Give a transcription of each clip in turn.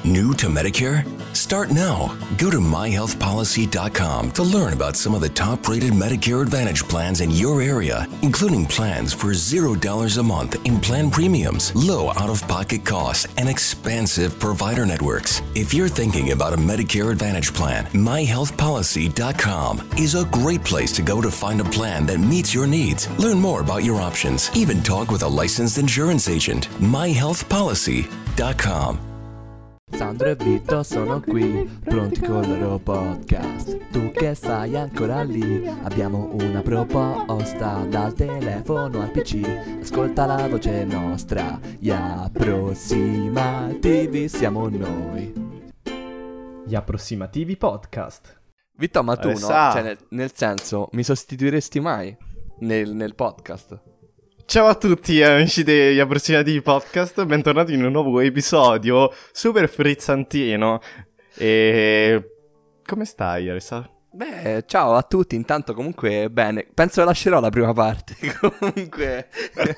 New to Medicare? Start now. Go to myhealthpolicy.com to learn about some of the top-rated Medicare Advantage plans in your area, including plans for $0 a month in plan premiums, low out-of-pocket costs, and expansive provider networks. If you're thinking about a Medicare Advantage plan, myhealthpolicy.com is a great place to go to find a plan that meets your needs. Learn more about your options. Even talk with a licensed insurance agent. myhealthpolicy.com. Sandro e Vito sono qui, pronti con il loro podcast. Tu che stai ancora lì, abbiamo una proposta. Dal telefono al PC, ascolta la voce nostra. Gli approssimativi siamo noi. Gli approssimativi podcast. Vito, ma tu Alessà. no? Cioè, nel senso, mi sostituiresti mai nel podcast? Ciao a tutti amici degli approssimativi podcast, bentornati in un nuovo episodio super frizzantino. E come stai, Alessà? Beh, ciao a tutti, intanto comunque bene, penso che lascerò la prima parte, comunque...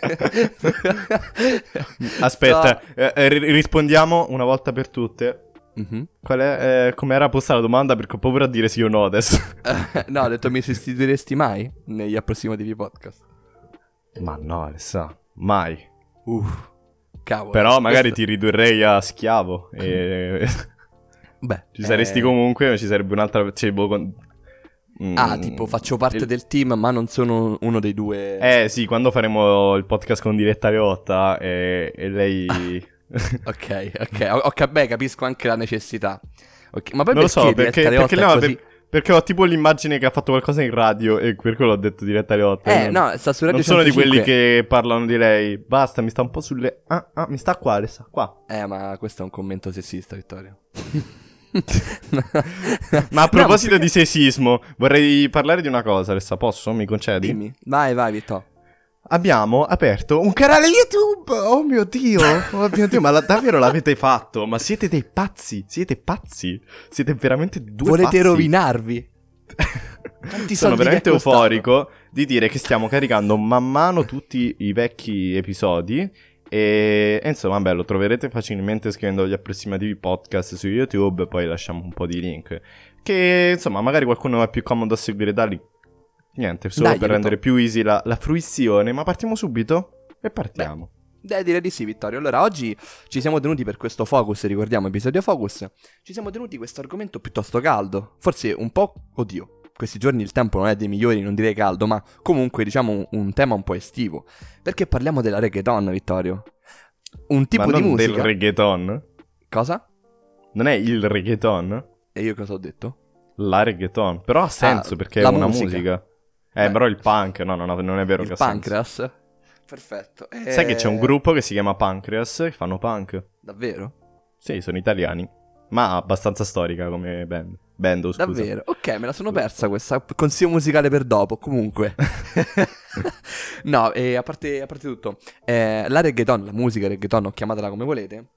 Aspetta, rispondiamo una volta per tutte. Mhm. Qual è, come era posta la domanda? Perché ho paura a dire sì o no adesso. No, ho detto mi sostituiresti mai negli approssimativi podcast? Ma no, Alessà, mai. Cavolo. Però magari questo- ti ridurrei a schiavo e Beh, ci saresti comunque, o ci sarebbe un'altra... Cioè, tipo faccio parte del team ma non sono uno dei due. Sì, quando faremo il podcast con Diletta Leotta e lei... Ok, beh, capisco anche la necessità. Ok, ma poi Non lo so, perché perché, Diretta perché, Leotta no, è così... perché ho tipo l'immagine che ha fatto qualcosa in radio e per quello ho detto Diletta Leotta. No, sta su Radio Non sono di 105. quelli che parlano di lei. Basta, mi sta un po' sulle... mi sta qua, Alessa, qua. Ma questo è un commento sessista, Vittorio. Ma a proposito No, di sessismo, vorrei parlare di una cosa, Alessa, posso? Mi concedi? dimmi. Vai, Vittorio. Abbiamo aperto un canale YouTube. Oh mio Dio, ma davvero l'avete fatto? Ma siete dei pazzi, siete veramente due Volete pazzi. rovinarvi? Quanti Sono soldi veramente che è costato? euforico di dire che stiamo caricando man mano tutti i vecchi episodi e insomma, vabbè, lo troverete facilmente scrivendo gli approssimativi podcast su YouTube, poi lasciamo un po' di link che insomma magari qualcuno è più comodo a seguire da lì. Niente, solo Dai, per Vito. rendere più easy la fruizione, ma partiamo subito e partiamo. Direi di sì, Vittorio. Allora, oggi ci siamo tenuti per questo focus, ricordiamo, episodio focus. Ci siamo tenuti questo argomento piuttosto caldo. Forse un po', oddio, questi giorni il tempo non è dei migliori, non direi caldo, ma comunque diciamo un tema un po' estivo. Perché parliamo della reggaeton, Vittorio. Un tipo Ma di non musica. del reggaeton? Cosa? Non è il reggaeton? E io cosa ho detto? La reggaeton, però ha senso perché è la una musica. musica. Beh. Però il punk, no, non è vero che Il ha senso. pancreas? Perfetto. Sai che c'è un gruppo che si chiama Pancreas che fanno punk? Davvero? Sì, sono italiani, ma abbastanza storica come band, scusa. Davvero? Ok, me la sono persa questa. Consiglio musicale per dopo. Comunque, no, a parte tutto, la reggaeton, la musica reggaeton, chiamatela come volete,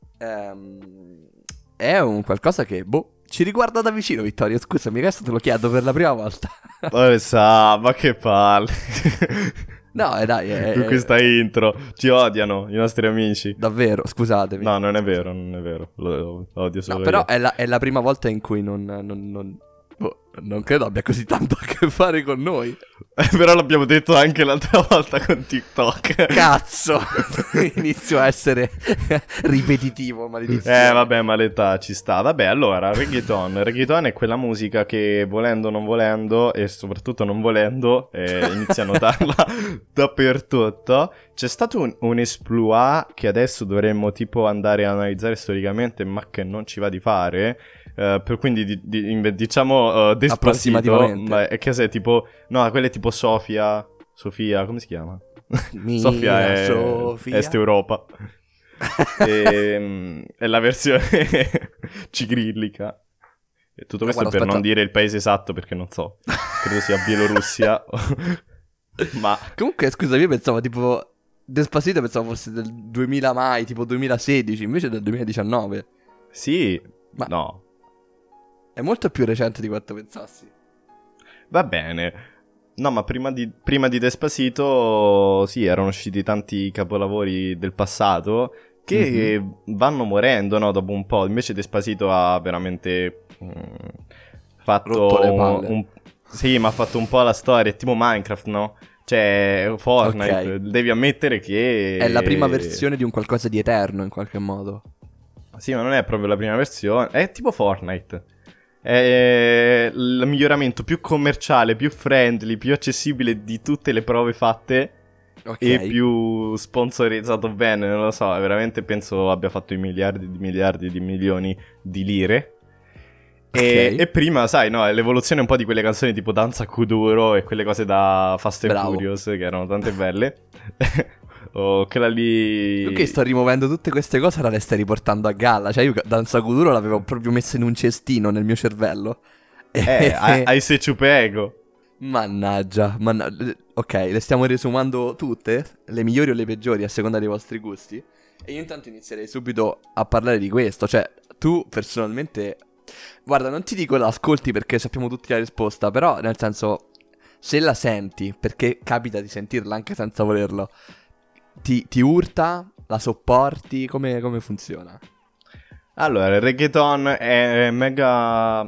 è un qualcosa che, ci riguarda da vicino, Vittorio. Scusami, questo te lo chiedo per la prima volta. Ma che palle. No, dai, Con questa intro ci odiano i nostri amici. davvero, scusatemi. No, non è vero. Lo odio No, solo però io. è la prima volta in cui non credo abbia così tanto a che fare con noi. Però l'abbiamo detto anche l'altra volta con TikTok. Cazzo, inizio a essere ripetitivo, maledizione. Vabbè, ma l'età ci sta. Vabbè, allora, reggaeton. Reggaeton è quella musica che volendo, non volendo, e soprattutto non volendo, inizia a notarla dappertutto. C'è stato un exploit che adesso dovremmo tipo andare a analizzare storicamente, ma che non ci va di fare. Quindi diciamo Despacito, Approssimativamente. ma è che sei tipo... No, quella è tipo Sofia, come si chiama? Sofia è Sofia. Est Europa. È la versione cigrillica. E tutto questo guarda, per aspetta. non dire il paese esatto, perché non so. Credo sia Bielorussia. Ma Comunque, scusa, io pensavo tipo Despacito pensavo fosse del 2000 mai, tipo 2016, invece è del 2019. sì, Ma- no. È molto più recente di quanto pensassi. Va bene. No, ma prima di Despacito, sì, erano usciti tanti capolavori del passato che vanno morendo, no, dopo un po'. Invece Despacito ha veramente fatto Rotto le palle. Sì, ma ha fatto un po' la storia, è tipo Minecraft, no? Cioè, Fortnite, Ok. devi ammettere che... È la prima versione di un qualcosa di eterno in qualche modo. Sì, ma non è proprio la prima versione, è tipo Fortnite. È il miglioramento più commerciale, più friendly, più accessibile di tutte le prove fatte Ok. e più sponsorizzato bene, non lo so, veramente penso abbia fatto i miliardi di milioni di lire. E prima, sai, no, è l'evoluzione un po' di quelle canzoni tipo Danza Kuduro e quelle cose da Fast and Bravo. Furious che erano tante belle. O quella lì... Ok, sto rimuovendo tutte queste cose, ora le stai riportando a galla. Cioè, io Danza Kuduro l'avevo proprio messa in un cestino nel mio cervello. hai se ci pego. Mannaggia. Ok, le stiamo riesumando tutte? Le migliori o le peggiori, a seconda dei vostri gusti? E io intanto inizierei subito a parlare di questo. Cioè, tu personalmente... Guarda, non ti dico l'ascolti perché sappiamo tutti la risposta, però nel senso, se la senti, perché capita di sentirla anche senza volerlo, ti urta? La sopporti? Come funziona? Allora, il reggaeton è mega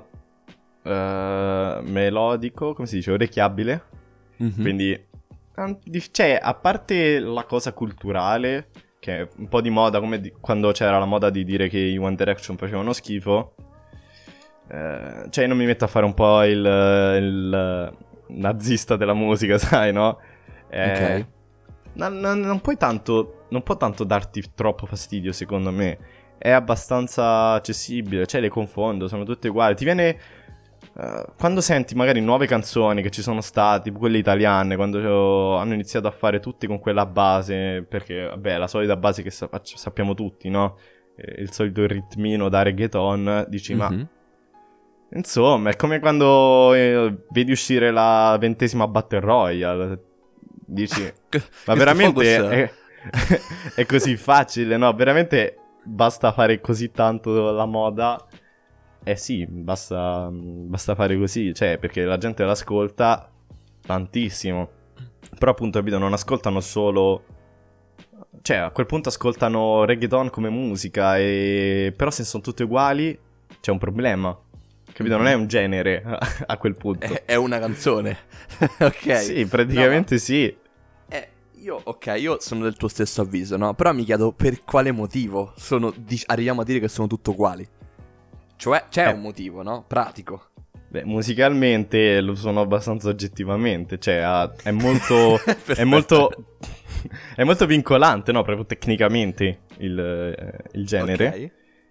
melodico, come si dice, orecchiabile. Mhm. Quindi, cioè, a parte la cosa culturale, che è un po' di moda, come quando c'era la moda di dire che i One Direction facevano schifo, cioè non mi metto a fare un po' il nazista della musica, sai, no? Ok. Non puoi tanto, non può tanto darti troppo fastidio, secondo me. È abbastanza accessibile, cioè le confondo, sono tutte uguali. Ti viene... quando senti magari nuove canzoni che ci sono state, tipo quelle italiane, quando hanno iniziato a fare tutti con quella base, perché vabbè, la solita base che sappiamo tutti, no? Il solito ritmino da reggaeton, dici ma... Mhm. Insomma, è come quando vedi uscire la 20ª Battle Royale. Dici, ma Questo veramente focus- è così facile, no? Veramente basta fare così tanto la moda. Eh sì, basta fare così, cioè, perché la gente l'ascolta tantissimo. Però appunto, capito, non ascoltano solo... Cioè, a quel punto ascoltano reggaeton come musica però se sono tutte uguali c'è un problema. Capito? Non è un genere a quel punto. È una canzone. Ok. Sì, praticamente No, sì. io sono del tuo stesso avviso, no? Però mi chiedo per quale motivo arriviamo a dire che sono tutte uguali. Cioè, c'è un motivo, no? Pratico. Beh, musicalmente lo sono abbastanza oggettivamente. Cioè, è molto... è Perfetto. molto... è molto vincolante, no? Proprio tecnicamente il genere. Ok.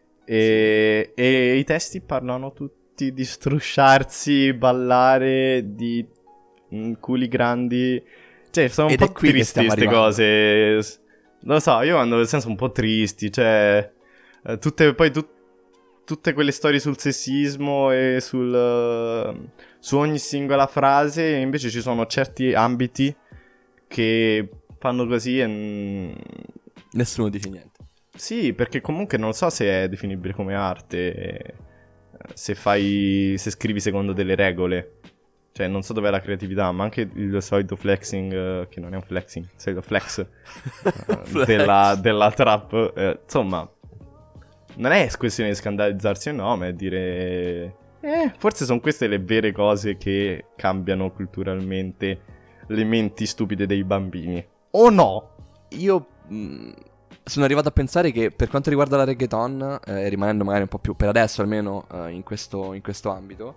E i testi parlano tutti di strusciarsi, ballare, di culi grandi. Cioè, sono un Ed è po' qui che tristi stiamo queste arrivando. cose. Non lo so, io ando nel senso un po' tristi. Cioè, tutte quelle storie sul sessismo e su ogni singola frase. E invece ci sono certi ambiti che fanno così e... Nessuno dice niente. Sì, perché comunque non so se è definibile come arte, se scrivi secondo delle regole. Cioè, non so dov'è la creatività, ma anche il solito flexing, che non è un flexing, il solito flex, Flex. della trap. Insomma, non è questione di scandalizzarsi o no, ma è dire... forse sono queste le vere cose che cambiano culturalmente le menti stupide dei bambini. O no? Io sono arrivato a pensare che per quanto riguarda la reggaeton, rimanendo magari un po' più per adesso almeno in questo ambito,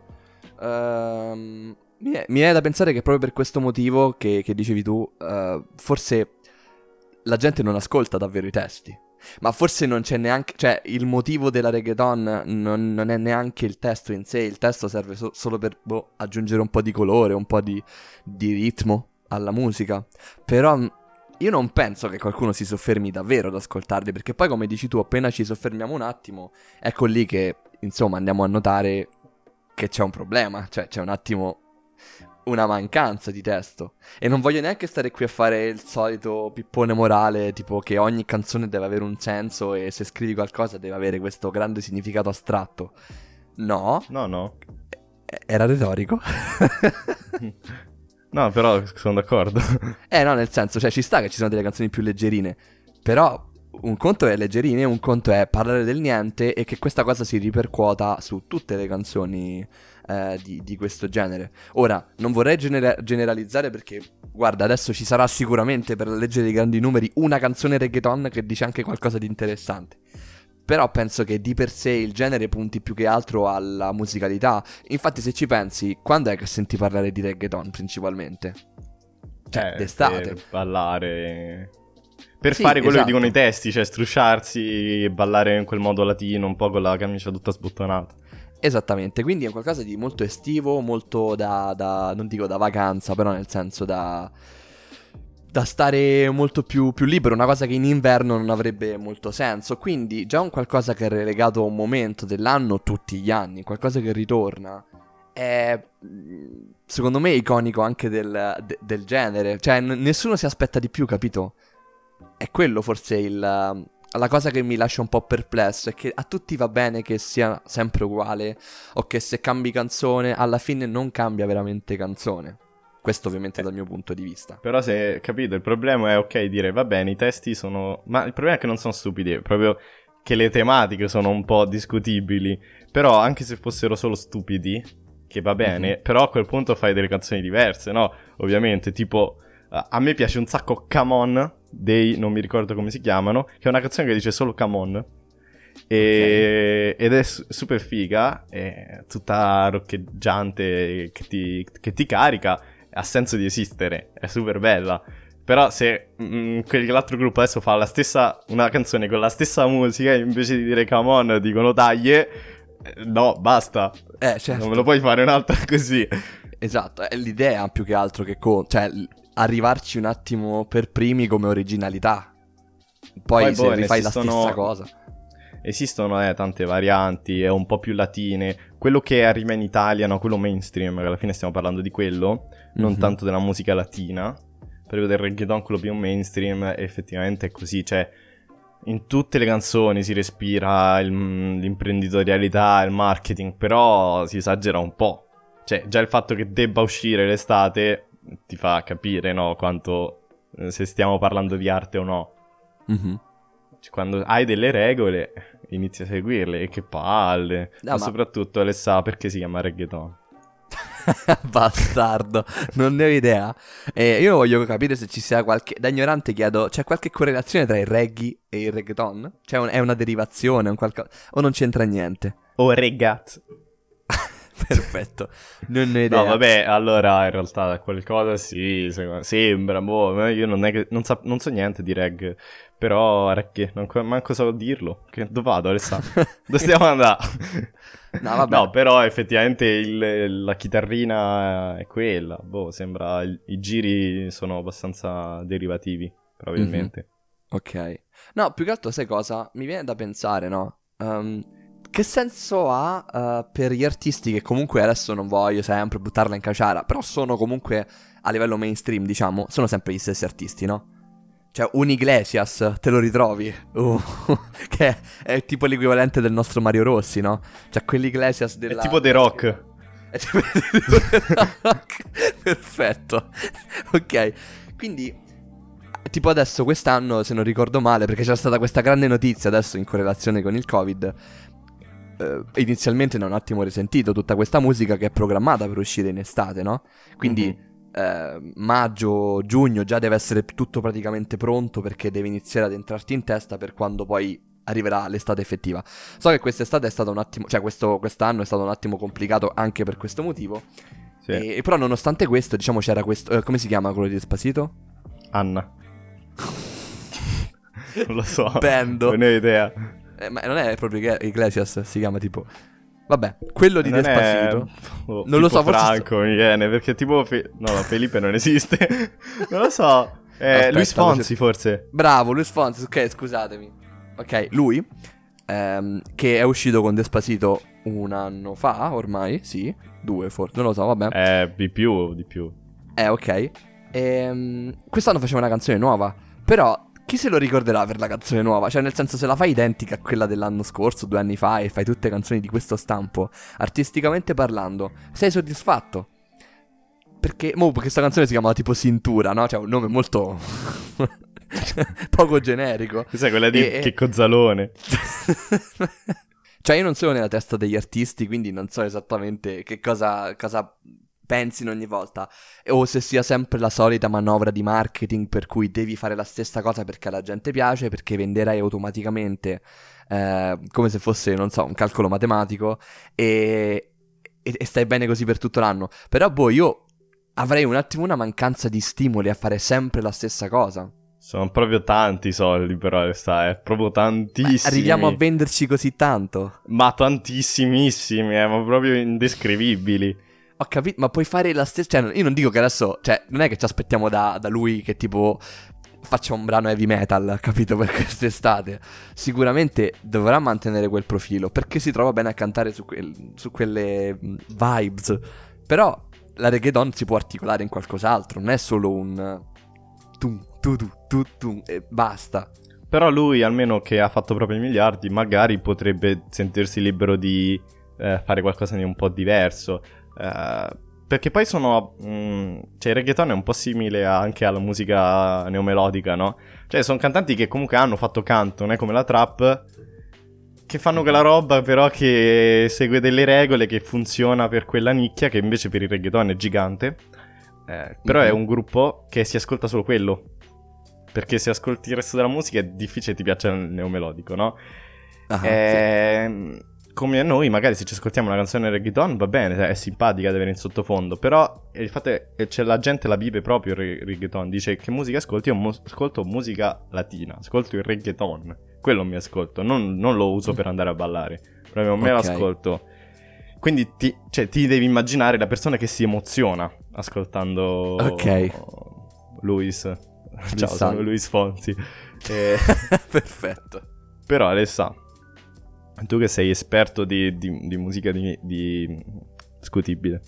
mi viene da pensare che proprio per questo motivo che dicevi tu, forse la gente non ascolta davvero i testi. Ma forse non c'è neanche, cioè il motivo della reggaeton non è neanche il testo in sé, il testo serve solo per aggiungere un po' di colore, un po' di ritmo alla musica. Però io non penso che qualcuno si soffermi davvero ad ascoltarli, perché poi come dici tu, appena ci soffermiamo un attimo, ecco lì che insomma andiamo a notare che c'è un problema, cioè c'è un attimo una mancanza di testo. E non voglio neanche stare qui a fare il solito pippone morale, tipo che ogni canzone deve avere un senso e se scrivi qualcosa deve avere questo grande significato astratto. No, No. era retorico. No, però sono d'accordo. No, nel senso, cioè ci sta che ci sono delle canzoni più leggerine, però un conto è leggerine, un conto è parlare del niente, e che questa cosa si ripercuota su tutte le canzoni di questo genere. Ora, non vorrei generalizzare, perché, guarda, adesso ci sarà sicuramente, per leggere i grandi numeri, una canzone reggaeton che dice anche qualcosa di interessante. Però penso che di per sé il genere punti più che altro alla musicalità. Infatti, se ci pensi, quando è che senti parlare di reggaeton principalmente? Cioè, d'estate. Per ballare... Per Sì, fare quello esatto. che dicono i testi, cioè strusciarsi e ballare in quel modo latino, un po' con la camicia tutta sbottonata. Esattamente, quindi è qualcosa di molto estivo, molto non dico da vacanza, però nel senso da stare molto più libero, una cosa che in inverno non avrebbe molto senso. Quindi già un qualcosa che è relegato a un momento dell'anno tutti gli anni, qualcosa che ritorna, è secondo me iconico anche del genere. Cioè nessuno si aspetta di più, capito? È quello forse la cosa che mi lascia un po' perplesso, è che a tutti va bene che sia sempre uguale, o che se cambi canzone alla fine non cambia veramente canzone. Questo ovviamente dal mio punto di vista. Però se, capito, il problema è ok dire va bene, i testi sono... Ma il problema è che non sono stupidi, è proprio che le tematiche sono un po' discutibili. Però anche se fossero solo stupidi, che va bene, però a quel punto fai delle canzoni diverse, no? Ovviamente, tipo... A me piace un sacco Come On dei, non mi ricordo come si chiamano, che è una canzone che dice solo Come On. Ed è super figa, è tutta roccheggiante, che ti carica, ha senso di esistere, è super bella. Però se quell'altro gruppo adesso fa una canzone con la stessa musica, invece di dire Come On dicono taglie, no, basta. Certo. Non me lo puoi fare un'altra così. Esatto, è l'idea più che altro che cioè arrivarci un attimo per primi come originalità. Poi se rifai la stessa cosa. Esistono tante varianti, è un po' più latine. Quello che arriva in Italia, no, quello mainstream, che alla fine stiamo parlando di quello, non tanto della musica latina. Proprio del reggaeton, quello più mainstream, effettivamente è così. Cioè, in tutte le canzoni si respira l'imprenditorialità, il marketing, però si esagera un po'. Cioè, già il fatto che debba uscire l'estate ti fa capire, no, quanto se stiamo parlando di arte o no. Cioè, quando hai delle regole inizi a seguirle, e che palle. Ma soprattutto Alessà, perché si chiama reggaeton? Bastardo, non ne ho idea. Io voglio capire se ci sia qualche... Da ignorante chiedo, c'è qualche correlazione tra il reggae e il reggaeton? Cioè è una derivazione, o non c'entra niente? O regat. Perfetto, non ne ho idea. No, vabbè, allora in realtà qualcosa sì, sembra, boh, io non so niente di reggae, però reggae, manco so dirlo. Dove vado, Alessandro? Dove stiamo andando? No, vabbè. No, però effettivamente la chitarrina è quella, boh, sembra, i giri sono abbastanza derivativi, probabilmente. Ok. No, più che altro sai cosa? Mi viene da pensare, no? Che senso ha per gli artisti che comunque adesso non voglio sempre buttarla in caciara, però sono comunque a livello mainstream, diciamo, sono sempre gli stessi artisti, no? Cioè un Iglesias te lo ritrovi, che è tipo l'equivalente del nostro Mario Rossi, no? Cioè quell'Iglesias della... È tipo The Rock. È tipo The Rock. Perfetto. Ok, quindi... Tipo adesso quest'anno, se non ricordo male, perché c'era stata questa grande notizia adesso in correlazione con il Covid, inizialmente ne ho un attimo risentito tutta questa musica che è programmata per uscire in estate, no? Quindi maggio, giugno già deve essere tutto praticamente pronto, perché deve iniziare ad entrarti in testa per quando poi arriverà l'estate effettiva. So che quest'estate è stato un attimo, cioè quest'anno è stato un attimo complicato anche per questo motivo. Sì. E però nonostante questo, diciamo, c'era questo, come si chiama quello di Despacito? Anna. Non lo so. Bendo. Non ho idea. Ma non è proprio Iglesias, si chiama tipo... Vabbè, quello di Non Despacito. Non Non lo so, forse... Franco mi viene, perché tipo... No, Felipe non esiste. Non lo so. Aspetta, Luis Fonsi forse. Bravo, Luis Fonsi, ok, scusatemi. Ok, lui, che è uscito con Despacito un anno fa, ormai, sì, 2 forse, non lo so, vabbè. Di più. Ok. Quest'anno faceva una canzone nuova, però... Chi se lo ricorderà per la canzone nuova? Cioè, nel senso, se la fai identica a quella dell'anno scorso, 2 anni fa, e fai tutte canzoni di questo stampo, artisticamente parlando, sei soddisfatto? Perché questa canzone si chiama tipo Cintura, no? Cioè, un nome molto... poco generico. Questa è quella di Checco Zalone. Cioè io non sono nella testa degli artisti, quindi non so esattamente che cosa pensino ogni volta, o se sia sempre la solita manovra di marketing per cui devi fare la stessa cosa perché alla gente piace, perché venderai automaticamente, come se fosse, non so, un calcolo matematico, e stai bene così per tutto l'anno. Però boh, io avrei un attimo una mancanza di stimoli a fare sempre la stessa cosa. Sono proprio tanti soldi, però è proprio tantissimi. Arriviamo a venderci così tanto? Ma tantissimissimi, ma proprio indescrivibili. Ho capito, ma puoi fare la stessa... Cioè, io non dico che adesso... Cioè, non è che ci aspettiamo da lui che tipo faccia un brano heavy metal, capito, per quest'estate. Sicuramente dovrà mantenere quel profilo, perché si trova bene a cantare su quelle vibes. Però la reggaeton si può articolare in qualcos'altro, non è solo un... tum e basta. Però lui, almeno che ha fatto proprio i miliardi, magari potrebbe sentirsi libero di fare qualcosa di un po' diverso. Perché poi sono... cioè il reggaeton è un po' simile anche alla musica neomelodica, no? Cioè sono cantanti che comunque hanno fatto canto, non è come la trap, che fanno quella roba però che segue delle regole, che funziona per quella nicchia, che invece per il reggaeton è gigante. Però è un gruppo che si ascolta solo quello. Perché se ascolti il resto della musica è difficile ti piaccia il neomelodico, no? Sì. Come a noi, magari se ci ascoltiamo una canzone reggaeton va bene, è simpatica da avere in sottofondo. Però il fatto è che la gente la vive proprio il reggaeton. Dice: che musica ascolti? Io ascolto musica latina, ascolto il reggaeton. Quello mi ascolto, non lo uso per andare a ballare. Proprio me l'ascolto. Quindi ti devi immaginare la persona che si emoziona ascoltando Luis. Ciao, sono Luis Fonsi. Perfetto. Però Alessa, tu che sei esperto di musica di discutibile,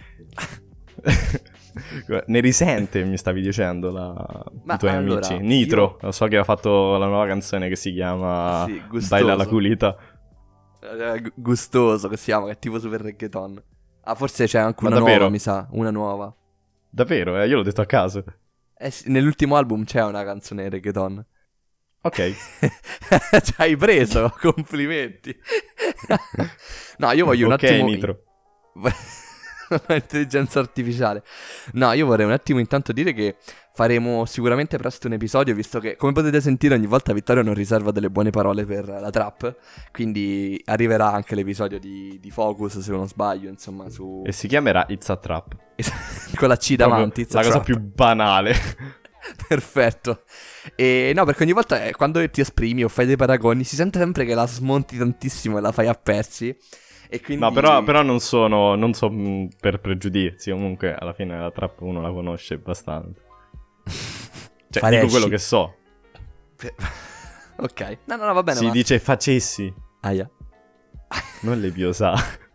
ne risente, mi stavi dicendo, i tuoi amici. Nitro, so che ha fatto la nuova canzone che si chiama Baila la culita. Gustoso, che si chiama, che è tipo super reggaeton. Forse c'è anche una nuova, mi sa, una nuova. Davvero? Io l'ho detto a caso. Sì, nell'ultimo album c'è una canzone reggaeton. Ok. Ci hai preso, complimenti. No, io voglio un attimo... Ok, Nitro. Intelligenza artificiale. No, io vorrei un attimo intanto dire che faremo sicuramente presto un episodio, visto che, come potete sentire, ogni volta Vittorio non riserva delle buone parole per la trap. Quindi arriverà anche l'episodio di Focus, se non sbaglio, insomma, su... E si chiamerà It's a Trap. Con la C davanti. La cosa più banale. Perfetto. E no, perché ogni volta quando ti esprimi o fai dei paragoni si sente sempre che la smonti tantissimo e la fai a pezzi. E quindi... No, però non so per pregiudizi. Comunque alla fine la trap uno la conosce abbastanza. Cioè, Faresci. dico quello che so. Ok. No, va bene. Si dice facessi. Aia. Non le biosà.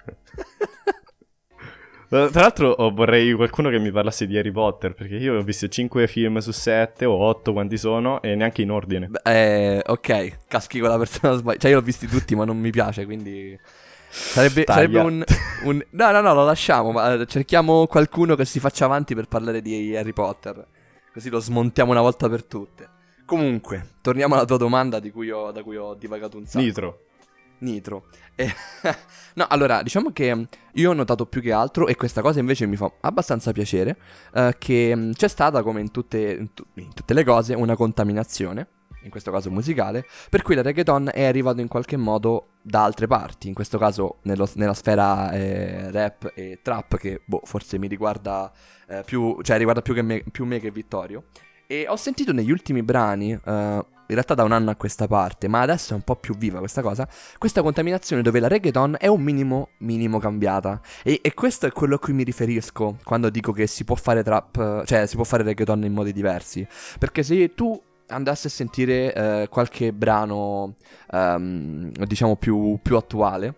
Tra l'altro vorrei qualcuno che mi parlasse di Harry Potter, perché io ho visto 5 film su 7 o 8, quanti sono, e neanche in ordine. Ok, caschi con la persona sbagliata. Cioè io l'ho visti tutti, ma non mi piace, quindi... Sarebbe un... No, lo lasciamo, ma cerchiamo qualcuno che si faccia avanti per parlare di Harry Potter. Così lo smontiamo una volta per tutte. Comunque, torniamo alla tua domanda da cui ho divagato un sacco. Nitro. No, allora, diciamo che io ho notato più che altro, e questa cosa invece mi fa abbastanza piacere, che c'è stata, come in tutte le cose, una contaminazione, in questo caso musicale, per cui il reggaeton è arrivato in qualche modo da altre parti, in questo caso nella sfera rap e trap, che forse mi riguarda più, cioè riguarda più me che Vittorio. E ho sentito negli ultimi brani, in realtà da un anno a questa parte, ma adesso è un po' più viva questa cosa, questa contaminazione dove la reggaeton è un minimo cambiata. E questo è quello a cui mi riferisco quando dico che si può fare trap, cioè si può fare reggaeton in modi diversi. Perché se tu andassi a sentire qualche brano, diciamo più attuale,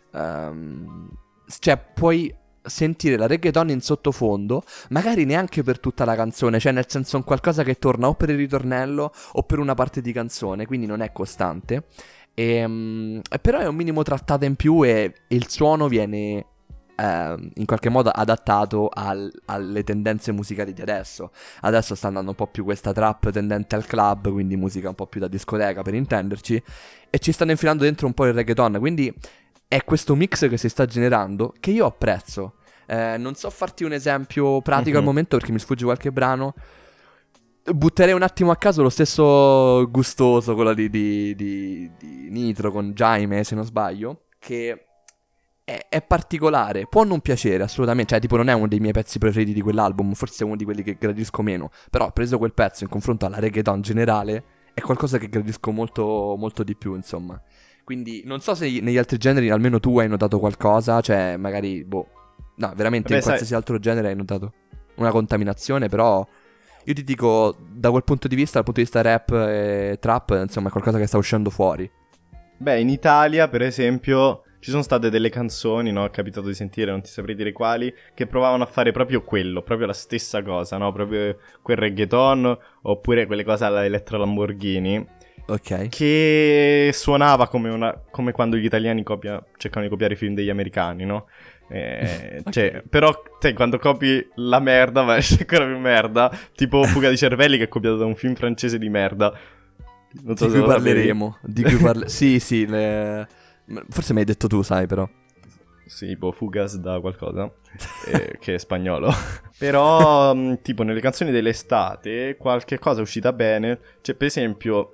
cioè puoi sentire la reggaeton in sottofondo, magari neanche per tutta la canzone, cioè nel senso un qualcosa che torna o per il ritornello o per una parte di canzone, quindi non è costante, però è un minimo trattata in più e il suono viene in qualche modo adattato alle tendenze musicali di adesso. Adesso sta andando un po' più questa trap tendente al club, quindi musica un po' più da discoteca per intenderci, e ci stanno infilando dentro un po' il reggaeton, quindi è questo mix che si sta generando che io apprezzo. Non so farti un esempio pratico al momento perché mi sfugge qualche brano. Butterei un attimo a caso lo stesso Gustoso, quello di Nitro con Jaime, se non sbaglio, che è particolare, può non piacere assolutamente, cioè tipo non è uno dei miei pezzi preferiti di quell'album, forse è uno di quelli che gradisco meno, però preso quel pezzo in confronto alla reggaeton generale è qualcosa che gradisco molto, molto di più, insomma. Quindi non so se negli altri generi almeno tu hai notato qualcosa, cioè magari, no, veramente in qualsiasi altro genere hai notato una contaminazione, però io ti dico, da quel punto di vista, dal punto di vista rap e trap, insomma è qualcosa che sta uscendo fuori. Beh, in Italia, per esempio, ci sono state delle canzoni, no? È capitato di sentire, non ti saprei dire quali, che provavano a fare proprio quello, proprio la stessa cosa, no? Proprio quel reggaeton, oppure quelle cose alla Elettra Lamborghini. Ok. Che suonava come quando gli italiani cercano di copiare i film degli americani, no? Okay. Cioè, però quando copi la merda ma esce ancora più merda, tipo Fuga di cervelli, che è copiato da un film francese di merda. Non so di cui parleremo. Sì, forse mi hai detto tu, sai, però. Sì, Fugas da qualcosa che è spagnolo. Però tipo nelle canzoni dell'estate qualche cosa è uscita bene. Cioè, per esempio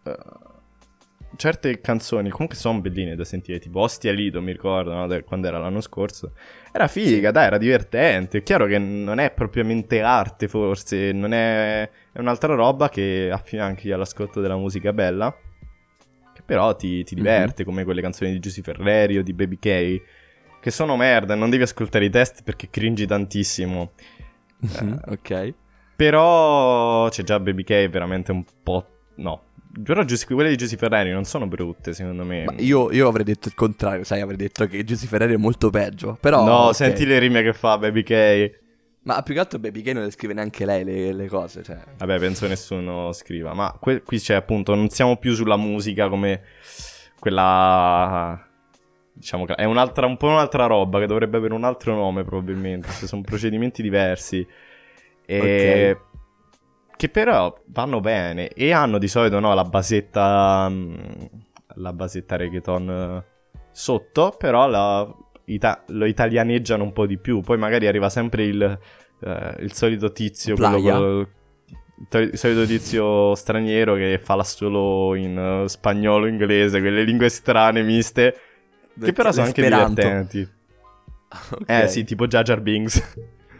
certe canzoni comunque sono belline da sentire, tipo Ostia Lido, mi ricordo, no? Quando era l'anno scorso. Era figa, dai, era divertente. È chiaro che non è propriamente arte, forse, non è un'altra roba che affianchi all'ascolto della musica bella, che però ti diverte, come quelle canzoni di Giusy Ferreri o di Baby K, che sono merda, non devi ascoltare i testi perché cringi tantissimo. Ok. Però c'è già Baby K, è veramente un po'... no. Però quelle di Giusy Ferreri non sono brutte, secondo me. Ma io avrei detto il contrario, sai, avrei detto che Giusy Ferreri è molto peggio. Però no, okay. Senti le rime che fa Baby K. Ma più che altro Baby K non le scrive neanche lei le cose, cioè. Vabbè, penso nessuno scriva. Ma qui c'è appunto, non siamo più sulla musica come quella... diciamo che è un po' un'altra roba che dovrebbe avere un altro nome probabilmente. Sono procedimenti diversi. E... ok. Che però vanno bene e hanno di solito, no, la basetta reggaeton sotto, però lo italianeggiano un po' di più. Poi magari arriva sempre il solito tizio, il solito tizio straniero che fa l'assolo in spagnolo, inglese, quelle lingue strane miste, che però sono anche divertenti. Okay. Sì, tipo Jar Jar Binks.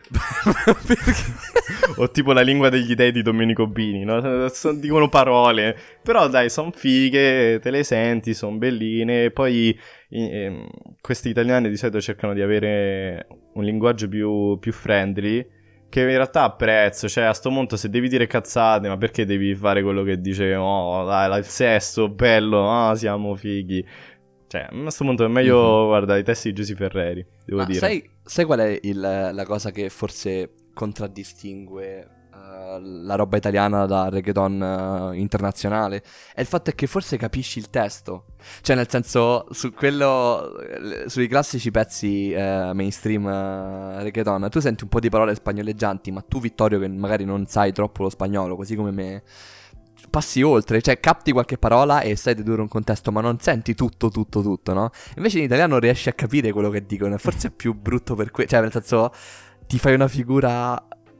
O tipo la lingua degli dei di Domenico Bini, no? Dicono parole, però dai, sono fighe, te le senti, sono belline. Poi questi italiani di solito cercano di avere un linguaggio più friendly, che in realtà apprezzo. Cioè, a sto punto, se devi dire cazzate, ma perché devi fare quello che dice oh dai, il sesso, bello, siamo fighi. Cioè, a questo punto è meglio guardare i testi di Giusy Ferreri, devo dire. Sai qual è la cosa che forse contraddistingue la roba italiana da reggaeton internazionale? È il fatto che forse capisci il testo. Cioè, nel senso, sui classici pezzi mainstream reggaeton, tu senti un po' di parole spagnoleggianti, ma tu, Vittorio, che magari non sai troppo lo spagnolo, così come me, passi oltre, cioè capti qualche parola e sai dedurre un contesto, ma non senti tutto, no? Invece in italiano riesci a capire quello che dicono, e forse è più brutto per cioè, nel senso, ti fai una figura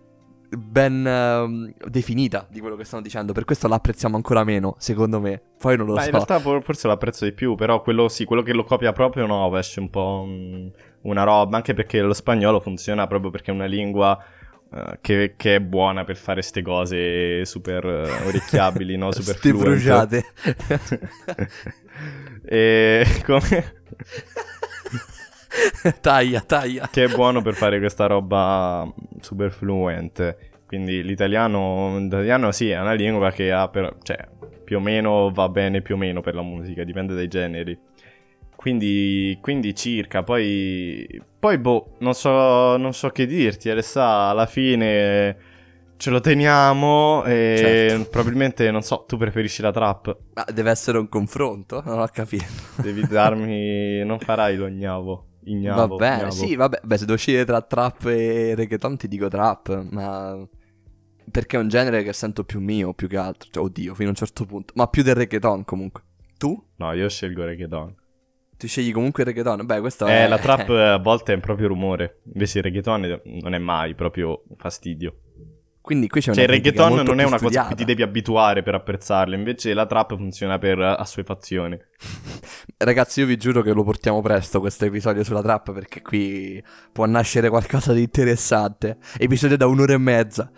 ben definita di quello che stanno dicendo, per questo l'apprezziamo ancora meno, secondo me. Poi non lo so. In realtà forse l'apprezzo di più, però quello che lo copia proprio no, esce un po' una roba, anche perché lo spagnolo funziona proprio perché è una lingua... che è buona per fare ste cose super orecchiabili, no? Super ste bruciate. E come... taglia. Che è buono per fare questa roba super fluente. Quindi l'italiano sì, è una lingua che ha cioè, più o meno va bene più o meno per la musica, dipende dai generi. Quindi circa, poi non so che dirti, Alessà, alla fine ce lo teniamo e certo. Probabilmente, non so, tu preferisci la trap? Ma deve essere un confronto, non ho capito. Devi darmi, non farai lo gnavo. ignavo. Va bene, ignavo. sì, vabbè, beh, se devo scegliere tra trap e reggaeton ti dico trap, ma perché è un genere che sento più mio, più che altro, cioè, oddio, fino a un certo punto, ma più del reggaeton comunque. Tu? No, io scelgo reggaeton. Ti scegli comunque il reggaeton? Beh, questo è... La trap a volte è proprio rumore, invece il reggaeton non è mai proprio fastidio. Quindi qui c'è Cioè il una critica reggaeton molto non è più una cosa a cui studiata. ti devi abituare per apprezzarlo, invece la trap funziona per assuefazione. Ragazzi, io vi giuro che lo portiamo presto questo episodio sulla trap, perché qui può nascere qualcosa di interessante. Episodio da 1 ora e mezza.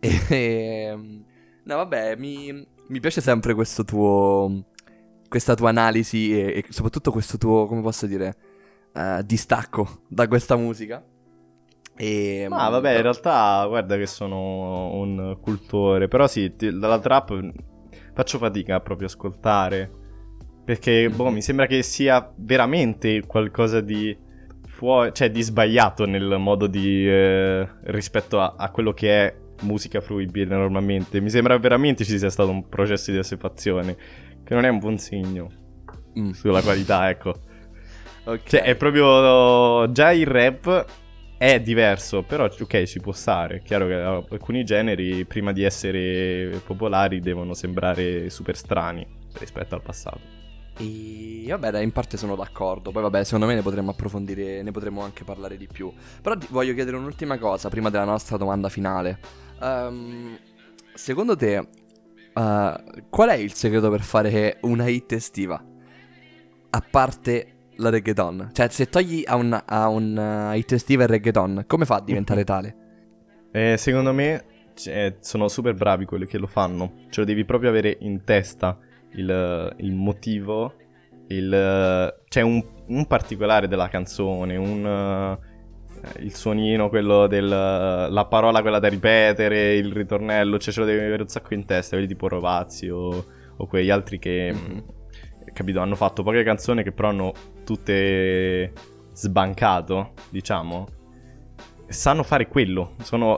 No, vabbè, mi piace sempre questa tua analisi e soprattutto questo tuo, come posso dire, distacco da questa musica. Ma vabbè, in realtà guarda che sono un cultore, però sì, dalla trap faccio fatica a proprio ascoltare, perché boh, mi sembra che sia veramente qualcosa di cioè di sbagliato nel modo di rispetto a quello che è musica fruibile normalmente. Mi sembra veramente ci sia stato un processo di assuefazione, che non è un buon segno sulla qualità, ecco. Ok. Cioè è proprio già il rap è diverso, però ok, ci può stare. È chiaro che alcuni generi prima di essere popolari devono sembrare super strani rispetto al passato. E vabbè, dai, in parte sono d'accordo. Poi vabbè, secondo me ne potremmo approfondire, ne potremmo anche parlare di più. Però voglio chiedere un'ultima cosa prima della nostra domanda finale. Secondo te, qual è il segreto per fare una hit estiva? A parte la reggaeton. Cioè, se togli a un hit estiva il reggaeton, come fa a diventare tale? Secondo me sono super bravi quelli che lo fanno. Ce lo devi proprio avere in testa il motivo, c'è un particolare della canzone, il suonino, quello la parola quella da ripetere, il ritornello, cioè ce lo devi avere un sacco in testa, quelli tipo Rovazzi o quegli altri che, capito, hanno fatto poche canzoni che però hanno tutte sbancato, diciamo. Sanno fare quello, sono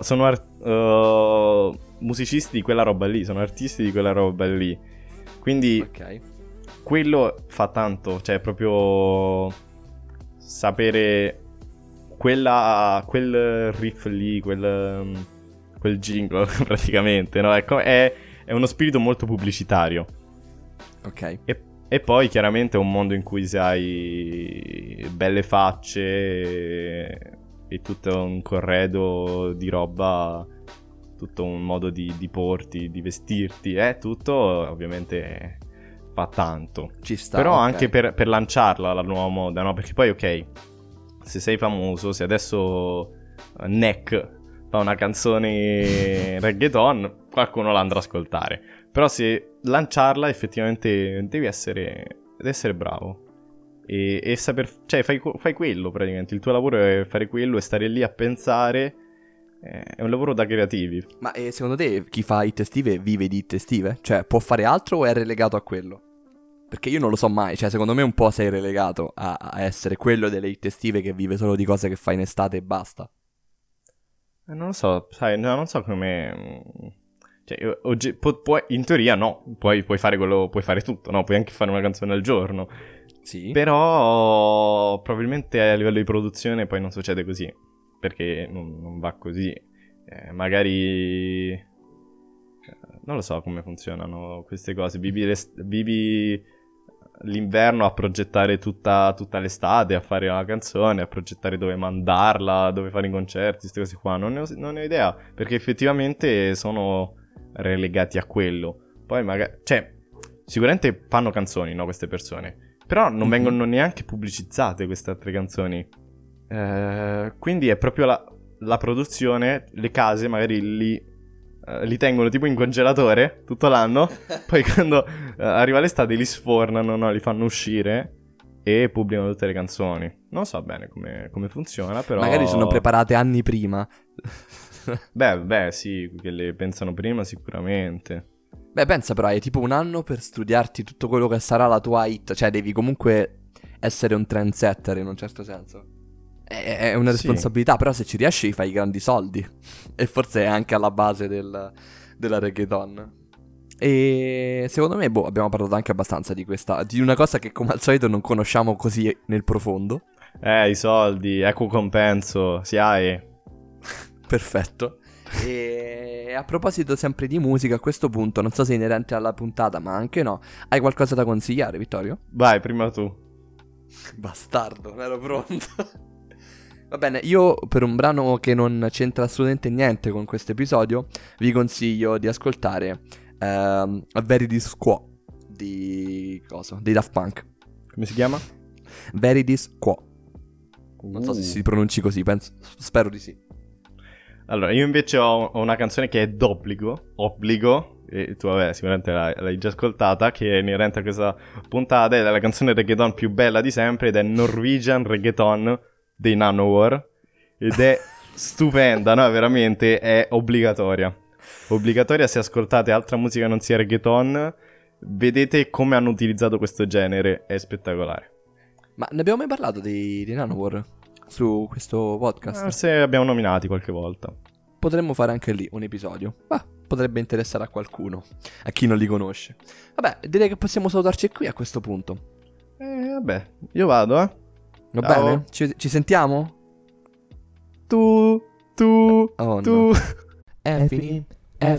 musicisti di quella roba lì, sono artisti di quella roba lì. Quindi quello fa tanto, cioè proprio sapere quel riff lì, quel jingle praticamente, no? È uno spirito molto pubblicitario. Ok. E poi chiaramente è un mondo in cui se hai belle facce e tutto un corredo di roba, tutto un modo di porti, di vestirti, tutto ovviamente fa tanto. Ci sta. Però okay. anche per lanciarla la nuova moda, no? Perché poi ok, se sei famoso, se adesso Neck fa una canzone reggaeton, qualcuno la andrà ad ascoltare. Però se lanciarla effettivamente devi essere bravo. E saper, cioè fai quello praticamente. Il tuo lavoro è fare quello e stare lì a pensare. È un lavoro da creativi. Ma secondo te chi fa hit estive vive di hit estive? Cioè può fare altro o è relegato a quello? Perché io non lo so mai, cioè secondo me un po' sei relegato a essere quello delle hit estive che vive solo di cose che fa in estate e basta. Non lo so, sai, non so come. Cioè, in teoria no, puoi fare quello, puoi fare tutto, no? Puoi anche fare una canzone al giorno. Sì. Però probabilmente a livello di produzione poi non succede così, perché non va così. Magari non lo so come funzionano queste cose. Vivi l'inverno a progettare tutta l'estate, a fare una canzone, a progettare dove mandarla, dove fare i concerti, queste cose qua. Non ne ho idea, perché effettivamente sono relegati a quello. Poi magari, cioè, sicuramente fanno canzoni, no, queste persone, però non vengono neanche pubblicizzate queste altre canzoni. Quindi è proprio la produzione, le case magari li tengono tipo in congelatore tutto l'anno, poi quando arriva l'estate li sfornano, no? Li fanno uscire e pubblicano tutte le canzoni. Non so bene come funziona, però Magari sono preparate anni prima. Beh, sì, che le pensano prima sicuramente. Beh, pensa però, hai tipo un anno per studiarti tutto quello che sarà la tua hit. Cioè devi comunque essere un trendsetter in un certo senso. È una responsabilità, però se ci riesci fai grandi soldi. E forse è anche alla base della reggaeton. E secondo me, abbiamo parlato anche abbastanza di una cosa che come al solito non conosciamo così nel profondo. I soldi, equo compenso, SIAE. Perfetto. E a proposito sempre di musica, a questo punto, non so se è inerente alla puntata, ma anche no, hai qualcosa da consigliare, Vittorio? Vai, prima tu. Bastardo, non ero pronto. Va bene, io per un brano che non c'entra assolutamente niente con questo episodio, vi consiglio di ascoltare A Veridis Quo di Daft Punk. Come si chiama? Veridis Quo. Non so se si pronunci così, spero di sì. Allora, io invece ho una canzone che è d'obbligo, e tu vabbè sicuramente l'hai già ascoltata, che è inerente a questa puntata, ed è la canzone reggaeton più bella di sempre, ed è Norwegian Reggaeton dei Nanowar, ed è stupenda, no? Veramente è obbligatoria. Obbligatoria, se ascoltate altra musica non sia reggaeton, vedete come hanno utilizzato questo genere, è spettacolare. Ma ne abbiamo mai parlato di Nanowar su questo podcast? Forse abbiamo nominati qualche volta. Potremmo fare anche lì un episodio. Potrebbe interessare a qualcuno, a chi non li conosce. Vabbè, direi che possiamo salutarci qui a questo punto. Vabbè, io vado, Va Ciao. bene? Ci sentiamo? Tu. Oh no. È finito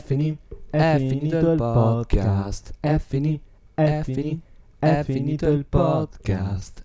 il podcast. È finito il podcast.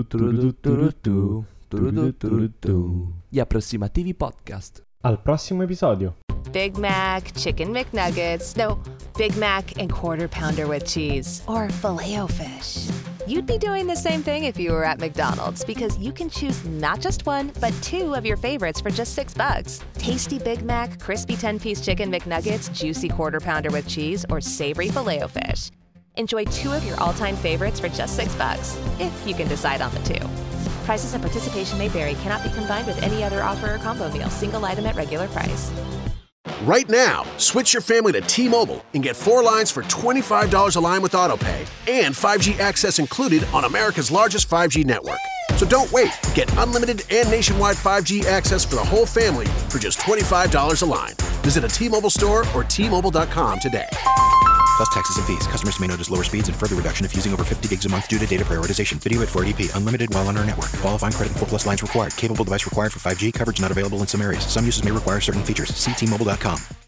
Gli approssimativi podcast. Al prossimo episodio. Big Mac, Chicken McNuggets, no, Big Mac and Quarter Pounder with cheese, or Filet-O-Fish. You'd be doing the same thing if you were at McDonald's, because you can choose not just one, but 2 of your favorites for just $6. Tasty Big Mac, crispy 10-piece Chicken McNuggets, juicy Quarter Pounder with cheese, or savory Filet-O-Fish. Enjoy 2 of your all-time favorites for just $6, if you can decide on the 2. Prices and participation may vary, cannot be combined with any other offer or combo meal, single item at regular price. Right now, switch your family to T-Mobile and get 4 lines for $25 a line with AutoPay and 5G access included on America's largest 5G network. So don't wait. Get unlimited and nationwide 5G access for the whole family for just $25 a line. Visit a T-Mobile store or T-Mobile.com today. Plus taxes and fees. Customers may notice lower speeds and further reduction if using over 50 gigs a month due to data prioritization. Video at 480p. Unlimited while on our network. Qualifying credit and 4+ lines required. Capable device required for 5G. Coverage not available in some areas. Some uses may require certain features. See T-Mobile.com.